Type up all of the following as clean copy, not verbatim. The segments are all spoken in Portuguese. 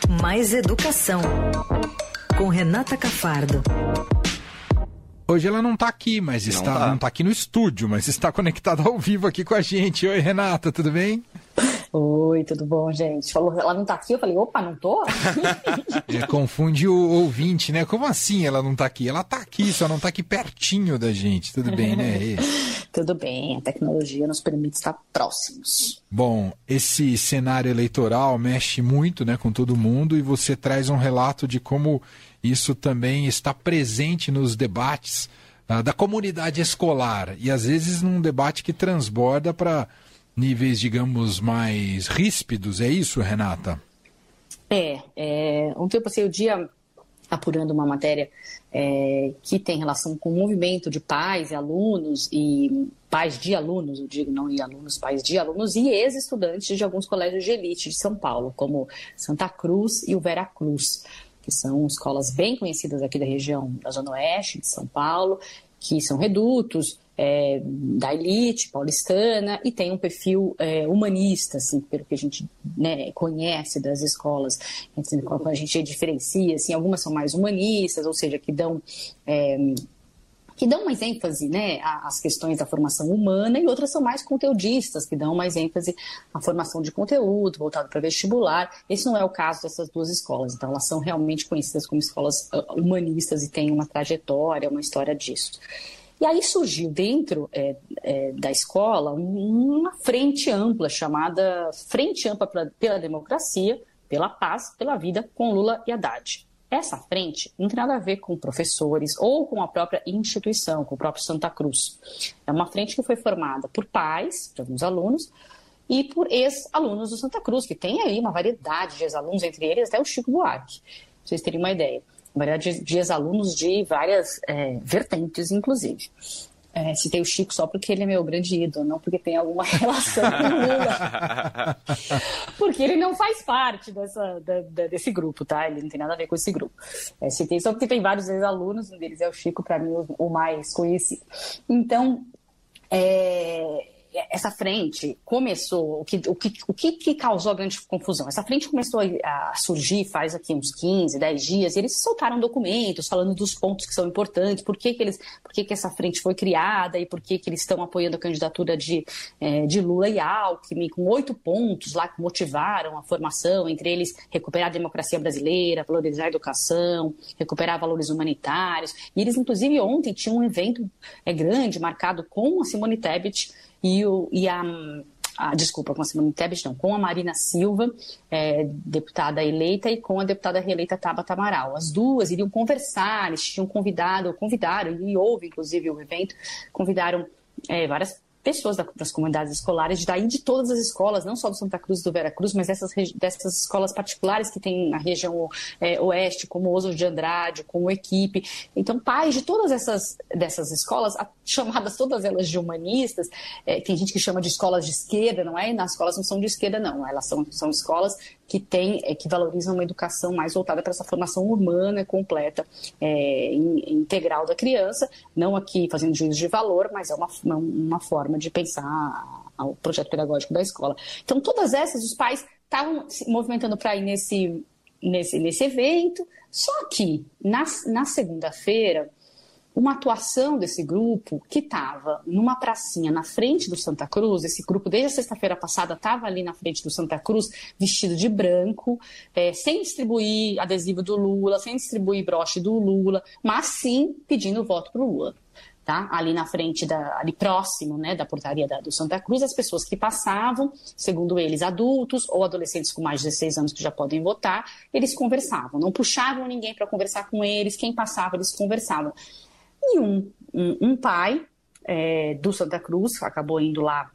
Mais Educação, com Renata Cafardo. Hoje ela não está aqui, mas não tá aqui no estúdio, mas está conectada ao vivo aqui com a gente. Oi, Renata, tudo bem? Oi, tudo bom, gente? Falou, ela não está aqui, eu falei, opa, não tô? Confunde o ouvinte, né? Como assim ela não está aqui? Ela está aqui, só não está aqui pertinho da gente. Tudo bem, né? Tudo bem, a tecnologia nos permite estar próximos. Bom, esse cenário eleitoral mexe muito, né, com todo mundo, e você traz um relato de como isso também está presente nos debates da comunidade escolar, e às vezes num debate que transborda para níveis, digamos, mais ríspidos. É isso, Renata? Ontem eu passei o dia apurando uma matéria que tem relação com o movimento de pais e alunos, e pais de alunos, eu digo, não e alunos, pais de alunos e ex-estudantes de alguns colégios de elite de São Paulo, como Santa Cruz e o Vera Cruz, que são escolas bem conhecidas aqui da região da Zona Oeste de São Paulo, que são redutos da elite paulistana e tem um perfil humanista, assim, pelo que a gente, né, conhece das escolas. Quando a gente diferencia, assim, algumas são mais humanistas, ou seja, que dão mais ênfase, né, às questões da formação humana, e outras são mais conteudistas, que dão mais ênfase à formação de conteúdo, voltado para vestibular. Esse não é o caso dessas duas escolas, então elas são realmente conhecidas como escolas humanistas e têm uma trajetória, uma história disso. E aí surgiu dentro da escola uma frente ampla, chamada Frente Ampla pela Democracia, pela Paz, pela Vida, com Lula e Haddad. Essa frente não tem nada a ver com professores ou com a própria instituição, com o próprio Santa Cruz. É uma frente que foi formada por pais, de alguns alunos, e por ex-alunos do Santa Cruz, que tem aí uma variedade de ex-alunos, entre eles até o Chico Buarque, pra vocês terem uma ideia. Variedade de ex-alunos de várias vertentes, inclusive. Citei o Chico só porque ele é meu grande ídolo, não porque tem alguma relação com o Lula. Porque ele não faz parte desse grupo, tá? Ele não tem nada a ver com esse grupo. Citei só porque tem vários ex-alunos, um deles é o Chico, para mim, o mais conhecido. Então, essa frente começou, o que causou a grande confusão? Essa frente começou a surgir faz aqui uns 15, 10 dias, e eles soltaram documentos falando dos pontos que são importantes, por que essa frente foi criada e por que eles estão apoiando a candidatura de Lula e Alckmin, com 8 pontos lá que motivaram a formação, entre eles recuperar a democracia brasileira, valorizar a educação, recuperar valores humanitários. E eles, inclusive, ontem tinham um evento grande, marcado com a Simone Tebet, com a Simone Tebet, não, com a Marina Silva, deputada eleita, e com a deputada reeleita Tabata Amaral. As duas iriam conversar, eles tinham convidaram, e houve, inclusive, o evento, convidaram várias pessoas das comunidades escolares, de todas as escolas, não só do Santa Cruz e do Vera Cruz, mas dessas escolas particulares que tem na região oeste, como o Oswald de Andrade, como Equipe. Então, pais de todas dessas escolas, chamadas todas elas de humanistas, tem gente que chama de escolas de esquerda, não é? E nas escolas não são de esquerda, não. Elas são escolas que valorizam uma educação mais voltada para essa formação humana completa, integral da criança, não aqui fazendo juízo de valor, mas é uma forma de pensar o projeto pedagógico da escola. Então, todas essas, os pais estavam se movimentando para ir nesse evento, só que na segunda-feira, uma atuação desse grupo que estava numa pracinha na frente do Santa Cruz. Esse grupo, desde a sexta-feira passada, estava ali na frente do Santa Cruz, vestido de branco, sem distribuir adesivo do Lula, sem distribuir broche do Lula, mas sim pedindo voto para o Lula. Tá? Ali na frente, ali próximo, né, da portaria do Santa Cruz, as pessoas que passavam, segundo eles, adultos ou adolescentes com mais de 16 anos que já podem votar, eles conversavam, não puxavam ninguém para conversar com eles, quem passava, eles conversavam. E um pai do Santa Cruz acabou indo lá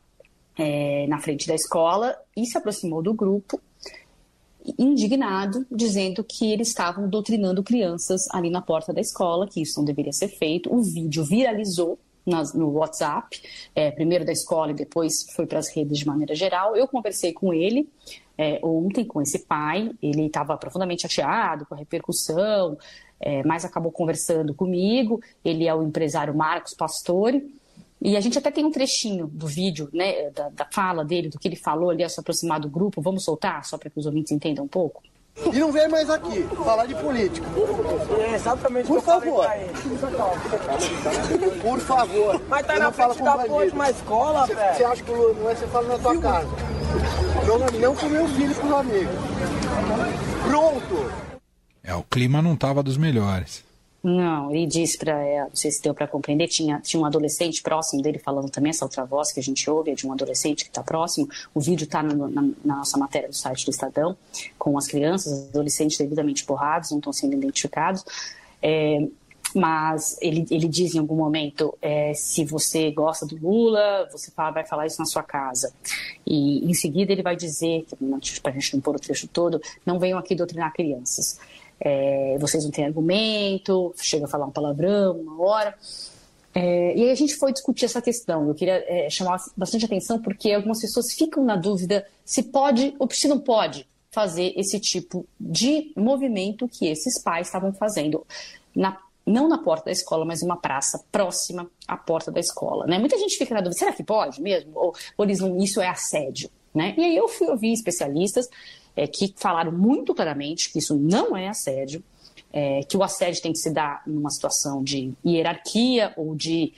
na frente da escola e se aproximou do grupo, indignado, dizendo que eles estavam doutrinando crianças ali na porta da escola, que isso não deveria ser feito. O vídeo viralizou no WhatsApp, primeiro da escola e depois foi para as redes de maneira geral. Eu conversei com ele ontem, com esse pai, ele estava profundamente chateado com a repercussão, mas acabou conversando comigo. Ele é o empresário Marcos Pastore, e a gente até tem um trechinho do vídeo, né, da fala dele, do que ele falou ali ao se aproximar do grupo. Vamos soltar, só para que os ouvintes entendam um pouco? E não vem mais aqui falar de política. É exatamente por favor. Por favor. Mas tá na frente da porta de uma escola, velho. Você acha que o Lula não é? Você fala na tua casa. Não com meu filho e com o amigo. Pronto. O clima não estava dos melhores. Não, ele disse não sei se deu para compreender, tinha um adolescente próximo dele falando também, essa outra voz que a gente ouve é de um adolescente que está próximo. O vídeo está na nossa matéria do site do Estadão, com as crianças, adolescentes devidamente porrados, não estão sendo identificados. Mas ele diz em algum momento, se você gosta do Lula, você vai falar isso na sua casa. E em seguida ele vai dizer, para a gente não pôr o trecho todo, não venham aqui doutrinar crianças. Vocês não têm argumento, chega a falar um palavrão, uma hora. E aí a gente foi discutir essa questão. Eu queria chamar bastante atenção porque algumas pessoas ficam na dúvida se pode ou se não pode fazer esse tipo de movimento que esses pais estavam fazendo. Não na porta da escola, mas uma praça próxima à porta da escola. Né? Muita gente fica na dúvida, será que pode mesmo? Ou isso é assédio? Né? E aí eu fui ouvir especialistas que falaram muito claramente que isso não é assédio, que o assédio tem que se dar numa situação de hierarquia ou de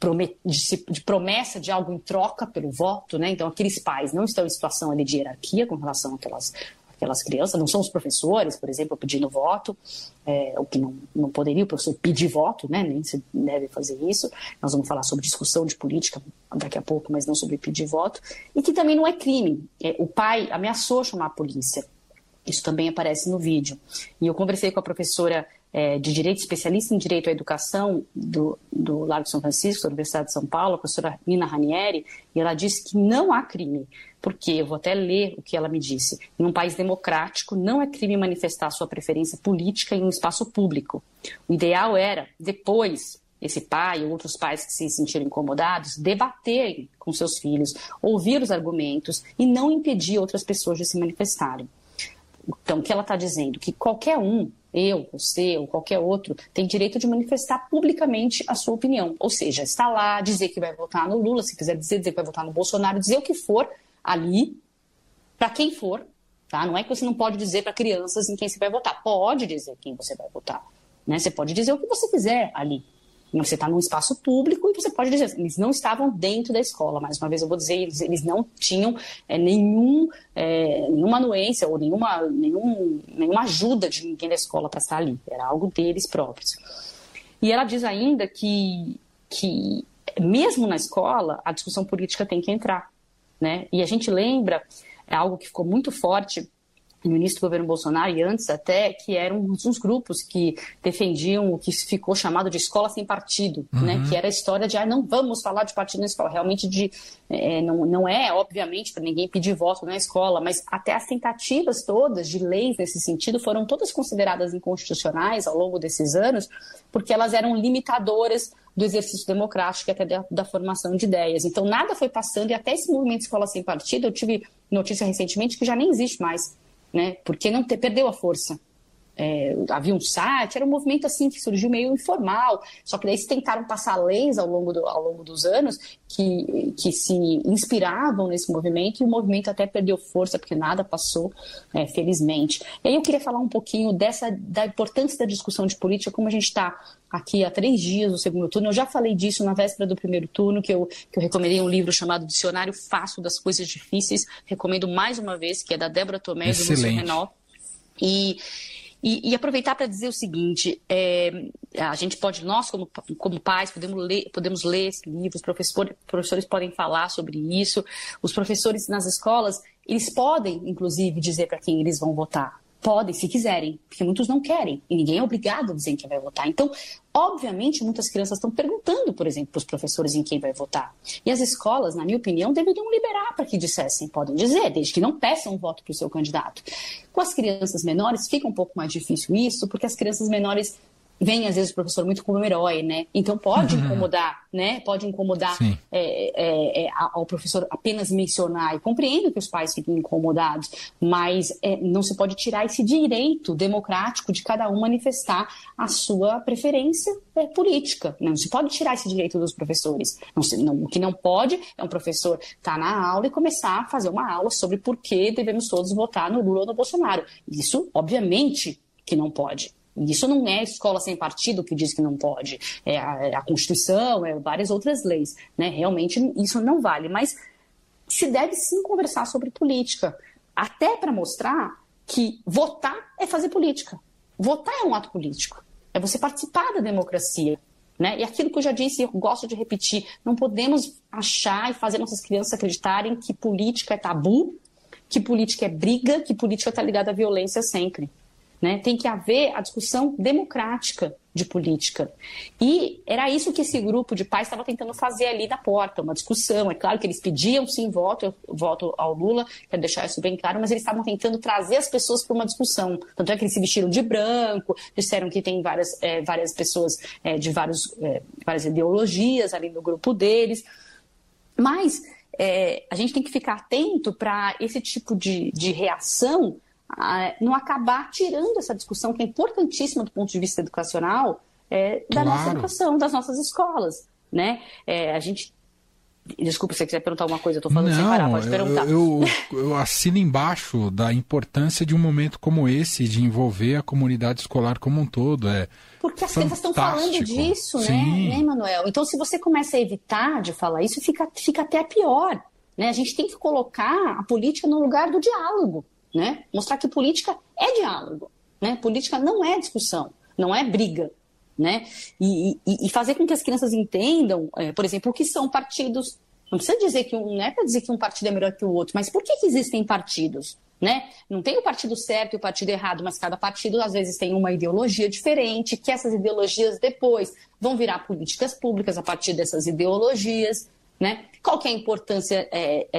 promessa de algo em troca pelo voto, né? Então aqueles pais não estão em situação ali de hierarquia com relação àquelas crianças, não são os professores, por exemplo, pedindo voto, o que não poderia o professor pedir voto, né? Nem se deve fazer isso. Nós vamos falar sobre discussão de política daqui a pouco, mas não sobre pedir voto. E que também não é crime. O pai ameaçou chamar a polícia. Isso também aparece no vídeo. E eu conversei com a professora de Direito, especialista em Direito à Educação do Largo São Francisco, da Universidade de São Paulo, a professora Nina Ranieri, e ela disse que não há crime. Porque, eu vou até ler o que ela me disse, em um país democrático não é crime manifestar sua preferência política em um espaço público. O ideal era, depois, esse pai ou outros pais que se sentiram incomodados, debaterem com seus filhos, ouvir os argumentos e não impedir outras pessoas de se manifestarem. Então, o que ela está dizendo? Que qualquer um, eu, você ou qualquer outro, tem direito de manifestar publicamente a sua opinião. Ou seja, está lá, dizer que vai votar no Lula, se quiser dizer que vai votar no Bolsonaro, dizer o que for ali, para quem for, tá? Não é que você não pode dizer para crianças em quem você vai votar. Pode dizer quem você vai votar, né? Você pode dizer o que você quiser ali. Você está num espaço público e você pode dizer, eles não estavam dentro da escola, mais uma vez eu vou dizer, eles não tinham nenhuma anuência ou nenhuma ajuda de ninguém da escola para estar ali, era algo deles próprios. E ela diz ainda que mesmo na escola a discussão política tem que entrar, né? E a gente lembra, algo que ficou muito forte no início do governo Bolsonaro e antes até, que eram uns grupos que defendiam o que ficou chamado de escola sem partido, né? Que era a história de não vamos falar de partido na escola, realmente não é, obviamente, para ninguém pedir voto na escola, mas até as tentativas todas de leis nesse sentido foram todas consideradas inconstitucionais ao longo desses anos, porque elas eram limitadoras do exercício democrático e até da formação de ideias. Então nada foi passando e até esse movimento escola sem partido, eu tive notícia recentemente que já nem existe mais, né? Porque perdeu a força. Havia um site, era um movimento assim que surgiu meio informal, só que daí se tentaram passar leis ao longo dos anos que se inspiravam nesse movimento, e o movimento até perdeu força porque nada passou, felizmente. E aí eu queria falar um pouquinho da importância da discussão de política, como a gente está aqui há 3 dias do segundo turno. Eu já falei disso na véspera do primeiro turno, que eu recomendei um livro chamado Dicionário Fácil das Coisas Difíceis, recomendo mais uma vez, que é da Débora Tomé e do Lúcio Renó. E aproveitar para dizer o seguinte, a gente pode, nós como pais, podemos ler esse livro, os professores podem falar sobre isso, os professores nas escolas, eles podem, inclusive, dizer para quem eles vão votar. Podem, se quiserem, porque muitos não querem, e ninguém é obrigado a dizer em quem vai votar. Então, obviamente, muitas crianças estão perguntando, por exemplo, para os professores em quem vai votar. E as escolas, na minha opinião, deveriam liberar para que dissessem, podem dizer, desde que não peçam um voto para o seu candidato. Com as crianças menores, fica um pouco mais difícil isso, porque as crianças menores vem, às vezes, o professor muito como um herói, né? Então pode incomodar, né? Pode incomodar ao professor apenas mencionar. E compreendo que os pais fiquem incomodados, mas não se pode tirar esse direito democrático de cada um manifestar a sua preferência política. Não se pode tirar esse direito dos professores. O que não pode é um professor estar na aula e começar a fazer uma aula sobre por que devemos todos votar no Lula ou no Bolsonaro. Isso, obviamente, que não pode. Isso não é escola sem partido que diz que não pode. É a Constituição, várias outras leis, né? Realmente isso não vale. Mas se deve sim conversar sobre política. Até para mostrar que votar é fazer política. Votar é um ato político. É você participar da democracia. Né? E aquilo que eu já disse, eu gosto de repetir, não podemos achar e fazer nossas crianças acreditarem que política é tabu, que política é briga, que política está ligada à violência sempre. Né? Tem que haver a discussão democrática de política. E era isso que esse grupo de pais estava tentando fazer ali na porta, uma discussão. É claro que eles pediam sim voto ao Lula, quero deixar isso bem claro, mas eles estavam tentando trazer as pessoas para uma discussão. Tanto é que eles se vestiram de branco, disseram que tem várias pessoas de várias ideologias ali no grupo deles. Mas a gente tem que ficar atento para esse tipo de reação não acabar tirando essa discussão que é importantíssima do ponto de vista educacional da nossa educação, das nossas escolas, né? A gente... Desculpa, se você quiser perguntar alguma coisa, eu estou falando sem parar, pode perguntar. Eu assino embaixo da importância de um momento como esse, de envolver a comunidade escolar como um todo. Porque as crianças estão falando disso, né, Manuel? Então, se você começa a evitar de falar isso, fica até pior, né? A gente tem que colocar a política no lugar do diálogo. Né? Mostrar que política é diálogo, né? Política não é discussão, não é briga, né? E fazer com que as crianças entendam, por exemplo, o que são partidos. Não precisa dizer que não é para dizer que um partido é melhor que o outro, mas por que existem partidos? Né? Não tem o partido certo e o partido errado, mas cada partido às vezes tem uma ideologia diferente, que essas ideologias depois vão virar políticas públicas a partir dessas ideologias. Né? Qual que é a importância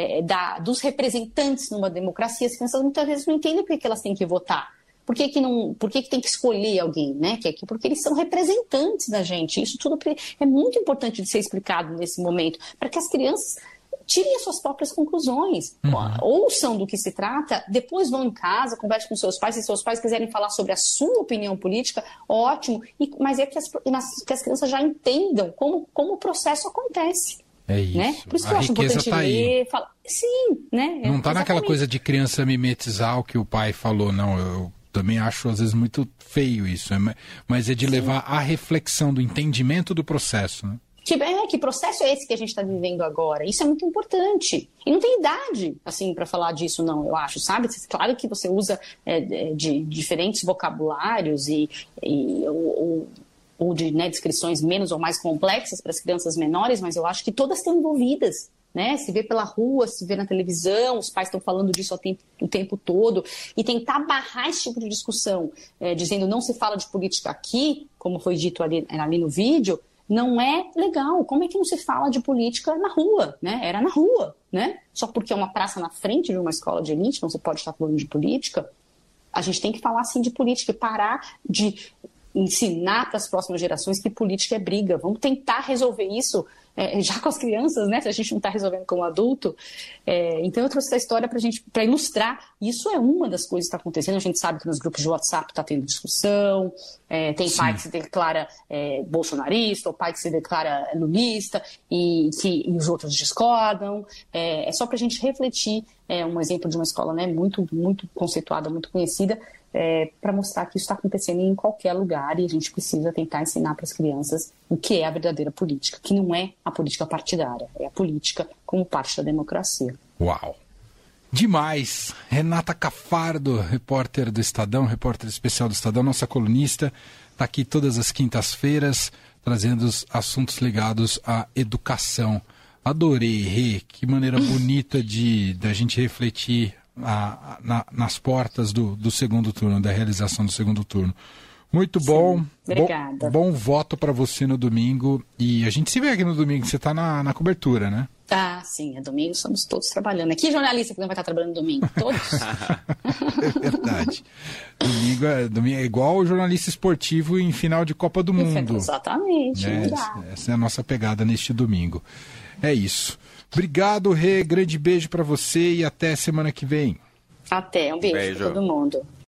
dos representantes numa democracia? As crianças muitas vezes não entendem por que elas têm que votar. Por que tem que escolher alguém? Né? Porque eles são representantes da gente. Isso tudo é muito importante de ser explicado nesse momento, para que as crianças tirem as suas próprias conclusões. Ouçam do que se trata, depois vão em casa, conversem com seus pais. Se seus pais quiserem falar sobre a sua opinião política, ótimo. Mas que as crianças já entendam como o processo acontece. É isso. Né? Por isso que eu acho importante ler, falar. Sim, né? Não está naquela coisa de criança mimetizar o que o pai falou, não. Eu também acho, às vezes, muito feio isso. Mas é de levar à reflexão do entendimento do processo, né? Que processo é esse que a gente está vivendo agora? Isso é muito importante. E não tem idade, assim, para falar disso, não, eu acho, sabe? Claro que você usa de diferentes vocabulários ou de descrições menos ou mais complexas para as crianças menores, mas eu acho que todas estão envolvidas, né? Se vê pela rua, se vê na televisão, os pais estão falando disso o tempo todo, e tentar barrar esse tipo de discussão, dizendo não se fala de política aqui, como foi dito ali no vídeo, não é legal. Como é que não se fala de política na rua, né? Era na rua, né? Só porque é uma praça na frente de uma escola de elite, não se pode estar falando de política. A gente tem que falar, sim, de política e parar de ensinar para as próximas gerações que política é briga. Vamos tentar resolver isso já com as crianças, né? Se a gente não está resolvendo como adulto. Então eu trouxe essa história para ilustrar. Isso é uma das coisas que está acontecendo. A gente sabe que nos grupos de WhatsApp está tendo discussão, tem pai que se declara bolsonarista, ou pai que se declara lulista, e os outros discordam. É só para a gente refletir. Um exemplo de uma escola, né, muito, muito conceituada, muito conhecida, para mostrar que isso está acontecendo em qualquer lugar, e a gente precisa tentar ensinar para as crianças o que é a verdadeira política, que não é a política partidária, é a política como parte da democracia. Uau! Demais! Renata Cafardo, repórter do Estadão, repórter especial do Estadão, nossa colunista, está aqui todas as quintas-feiras, trazendo os assuntos ligados à educação. Adorei, Rê, que maneira bonita da gente refletir nas portas do segundo turno, da realização do segundo turno. Muito bom. Sim, obrigada. Bom voto para você no domingo. E a gente se vê aqui no domingo, você está na cobertura, né? Ah, sim, é domingo, somos todos trabalhando. Aqui jornalista que não vai estar trabalhando domingo, todos. É verdade. Domingo é igual o jornalista esportivo em final de Copa do Mundo. Exatamente. Essa é a nossa pegada neste domingo. É isso. Obrigado, Rê. Grande beijo para você e até semana que vem. Até, um beijo para todo mundo.